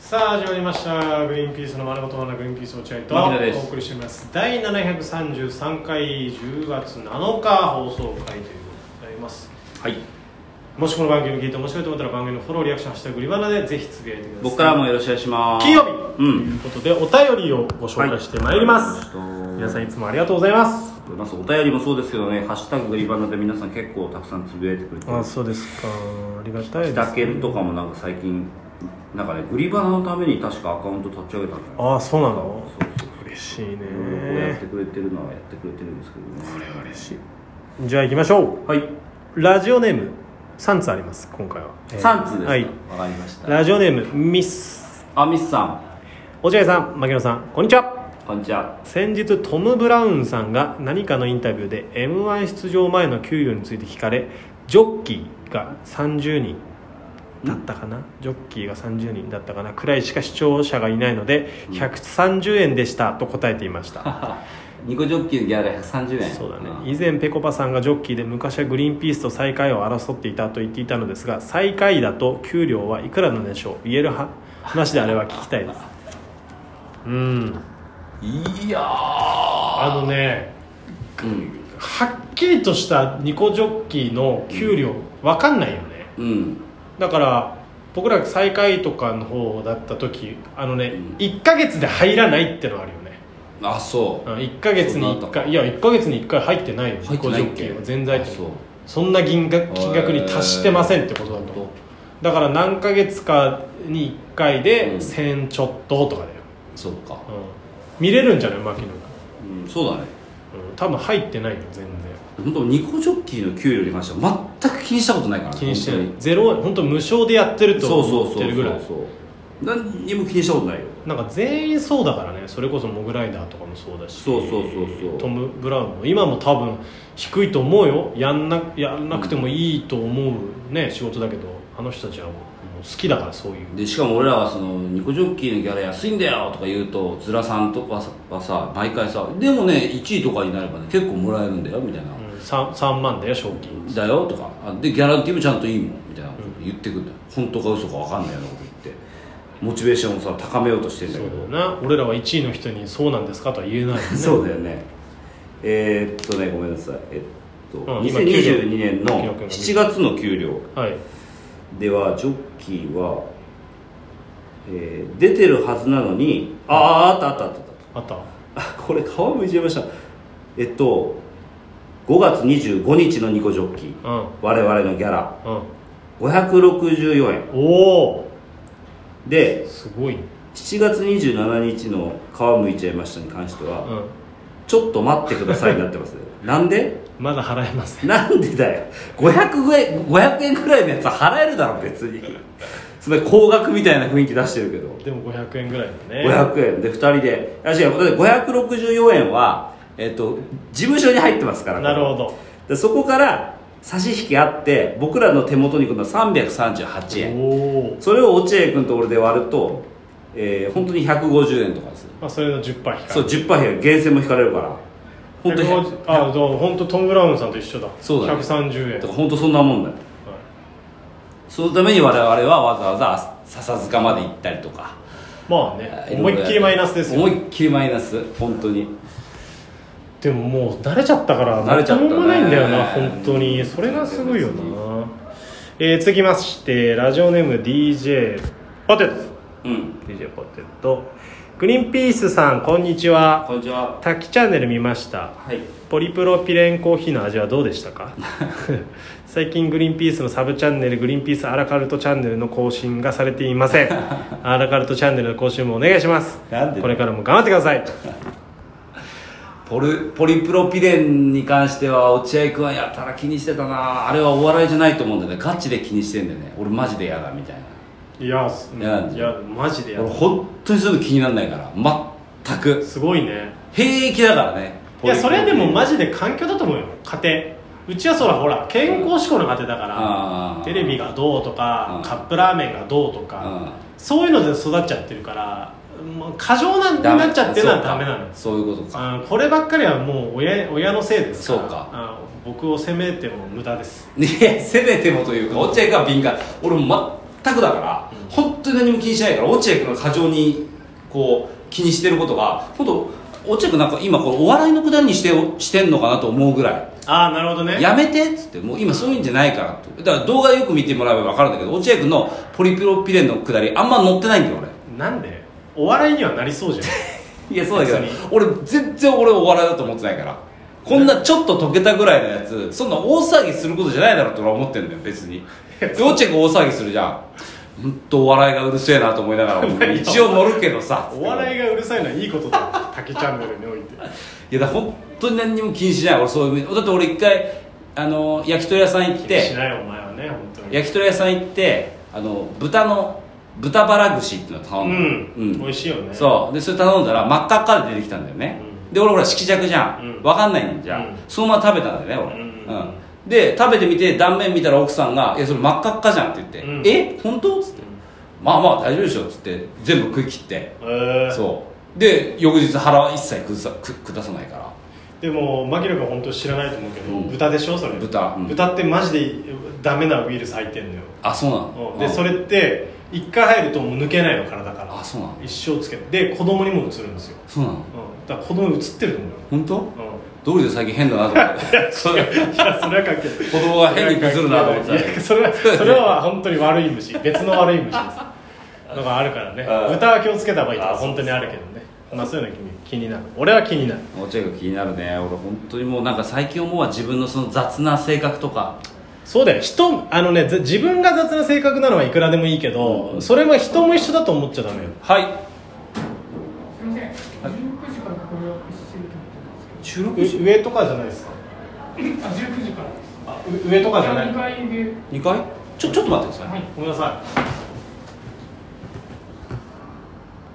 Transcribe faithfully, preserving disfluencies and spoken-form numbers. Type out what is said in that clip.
さあ始まりましたグリーンピースの丸本のグリーンピース落合とお送りしておりますだいななひゃくさんじゅうさんかいじゅうがつなのか放送回ということでございます。 はい、 もしこの番組を聞いて面白いと思ったら番組のフォローリアクションハッシュタググリバナでぜひつぶやいてください。 僕からもよろしくお願いします。 金曜日、 うん、 ということでお便りをご紹介してまいります、はい、皆さんいつもありがとうございます。 お便りもそうですけどね、ハッシュタググリバナで皆さん結構たくさんつぶやいてくれてる。 あ、そうですか、ありがたいです、ね。 北県とかもなんか最近なんかね、グリバナのために確かアカウント立ち上げたんだよ。 ああ、そうなの。そうそう、嬉しいね。 やってくれてるのはやってくれてるんですけどね。 これは嬉しい。じゃあ行きましょう。 はい。 ラジオネームさんつあります今回は。 さんつですか。 はい、 わかりました。 ラジオネームミス。 あ、ミスさん。 落合さん、牧野さん、こんにちは。 こんにちは。 先日トム・ブラウンさんが何かのインタビューで エムワン 出場前の給料について聞かれ、ジョッキーがさんじゅうにんだったかな、ジョッキーがさんじゅうにんだったかなくらいしか視聴者がいないのでひゃくさんじゅうえんでしたと答えていましたニコジョッキーのギャラひゃくさんじゅうえん。 そうだね。以前ペコパさんがジョッキーで昔はグリーンピースと最下位を争っていたと言っていたのですが、最下位だと給料はいくらなんでしょう。言える話であれば聞きたいです。うん、 いやー、 あのね、うん、はっきりとしたニコジョッキーの給料分かんないよね、うん、だから僕ら最下位とかの方だった時、あのね、うん、いっかげつで入らないってのあるよね。 あ、そう。 いっかげつにいっかい、いやいっかげつにいっかい入ってないよニコジョッキーは全財って。 そ, そんな金額金額に達してませんってことだと。だから何ヶ月かにいっかいでせんちょっととかだよ。 そうか、うん、 見れるんじゃない牧野君。 うん、そうだね、 うん、多分入ってないよ全然。 本当ニコジョッキーの給料に関しては全く気にしたことないから。 気にしてない。ゼロ、本当無償でやってると思ってるぐらい。 そうそうそうそう、何にも気にしたことないよ。なんか全員そうだからね。それこそモグライダーとかもそうだし、 そうそうそうそう、 トム・ブラウンも今も多分低いと思うよ。やんな、やんなくてもいいと思うね、仕事だけど、あの人たちはもう好きだから。そういうで、しかも俺らはそのニコジョッキーのギャラ安いんだよとか言うと、ズラさんとかはさ毎回さ、でもねいちいとかになればね結構もらえるんだよみたいな、うん、 3, さんまんだよ賞金だよとかで、ギャランティーもちゃんといいもんみたいなこと言ってくるんだよ、うん、本当か嘘か分かんないようなこと言ってモチベーションをさ高めようとしてるんだけど。 そうだよな。俺らはいちいの人にそうなんですかとは言えないよねそうだよね。えー、っとねごめんなさい、えっと、うん、にせんにじゅうにねんのしちがつの給料では、はい、ジョッキーは、えー、出てるはずなのに、ああ、あったあったあったあったあったこれ皮むいちゃいました。えっとごがつにじゅうごにちのニコジョッキー、うん、我々のギャラ、うん、ごひゃくろくじゅうよえん。 おおですごい、ね、 しちがつにじゅうしちにちの皮むいちゃいましたに関しては、うん、ちょっと待ってくださいになってますなんでまだ払えません。 なんでだよ。ごひゃくえんごひゃくえんくらいのやつは払えるだろ別にそれ高額みたいな雰囲気出してるけど、 でもごひゃくえんぐらいだね。 ごひゃくえんでふたりで、あ、違う、ごひゃくろくじゅうよえんは、えっと、事務所に入ってますから。 なるほど。 でそこから差し引きあって僕らの手元に来るのはさんびゃくさんじゅうはちえん。おそれを落合君と俺で割ると、えー、本当にひゃくごじゅうえんとかです。 あ、それの じゅっパーセント 引かれる。 そう じゅっパーセント 引かれる。源泉も引かれるから本当に。あ、本当トム・ブラウンさんと一緒だ。 そうだ、ね、 ひゃくさんじゅうえん。 だから本当そんなもんだよ、はい、そのために我々はわざわざ笹塚まで行ったりとか。 まあね、思いっきりマイナスですよ。 思いっきりマイナス、本当に。 でももう慣れちゃったから慣れちゃったね。 もないんだよな本当に。それがすごいよな。えー、続きましてラジオネーム ディージェー ポテト、うん、ディージェー ポテト。グリーンピースさんこんにちは。 こんにちは。 タキチャンネル見ました、はい、ポリプロピレンコーヒーの味はどうでしたか最近グリーンピースのサブチャンネルグリーンピースアラカルトチャンネルの更新がされていませんアラカルトチャンネルの更新もお願いします。これからも頑張ってくださいポリ、ポリプロピレンに関しては落合君はやたら気にしてたな。あれはお笑いじゃないと思うんだよね。ガチで気にしてんだよね。俺マジで嫌だみたいな。 いやいやマジで嫌だ。 俺本当にそういうの気にならないから全く。 すごいね。 平気だからね。 いやそれはでもマジで環境だと思うよ。家庭うちはそらほら健康志向の家庭だから、うん、テレビがどうとか、うん、カップラーメンがどうとか、うん、そういうので育っちゃってるから過剰なになっちゃってるのはダメなの。 そういうことか。 こればっかりはもう 親, 親のせいですから。 そうか。 あ僕を責めても無駄です。 いや責めてもというか落合君は敏感。俺もくだから、うん、本当に何も気にしないから、落合君が過剰にこう気にしてることが本当、落合君なんか今これお笑いのくだりにしてしてんのかなと思うぐらい。 ああ、なるほどね。 やめてっつって、もう今そういうんじゃないからって。だから動画よく見てもらえば分かるんだけど、落合君のポリプロピレンのくだりあんま載ってないんだよ俺。 なんで？お笑いにはなりそうじゃん。 いやそうだけど俺全然俺お笑いだと思ってないから、こんなちょっと溶けたぐらいのやつそんな大騒ぎすることじゃないだろうと俺は思ってんだよ別に。で落合君大騒ぎするじゃん。本当お笑いがうるせえなと思いながら一応乗るけどさ。 お笑いがうるさいのはいいことだ。竹チャンネルにおいて。 いやだ本当に何にも気にしない俺そういう。だって俺一回あの焼き鳥屋さん行って。 気にしないお前はね本当に。 焼き鳥屋さん行ってあの豚の豚バラ串っていうのを頼んだ、 うんうん、美味しいよね。 そうでそれ頼んだら真っ赤っかで出てきたんだよね、うん、で俺ほら色弱じゃん、うん、分かんないんじゃん、うん、そのまま食べたんだよね俺、うんうん、で食べてみて断面見たら奥さんが「いやそれ真っ赤っかじゃん」って言って「うん、え本当?」っつって、うん「まあまあ大丈夫でしょ」っつって全部食い切って、えー、そうで翌日腹は一切崩さ下さないから。 でも牧野君本当知らないと思うけど、うん、豚でしょそれ。豚、うん、豚ってマジでダメなウイルス入ってんのよ。 あそうなの。 でそれって一回入るともう抜けないの体から。 あそうなの。 一生つけてで子供にもうつるんですよ。 そうなの、うん、 だから子供にうつってると思うよ。 本当？うん、どうりで最近変だなと思っていやそれは関係ない子供が変に崩るなと思ってた。 それはそれは本当に悪い虫別の悪い虫ですのがあるからね。豚は気をつけた方がいいとか本当にあるけどね。まあそういうの気になる。俺は気になる。 落合が気になるね。俺本当にもうなんか最近思うは自分のその雑な性格とか。 そうだよ。人あのね自分が雑な性格なのはいくらでもいいけど、うん、それは人も一緒だと思っちゃダメよ。 はい。 すみません。じゅうくじからご予約してると思ってますけど。じゅうろくじ上とかじゃないですか。 あじゅうくじからです。 あ上とかじゃない。 にかいで。 にかい？ちょちょっと待ってください。 はい。ごめんなさい。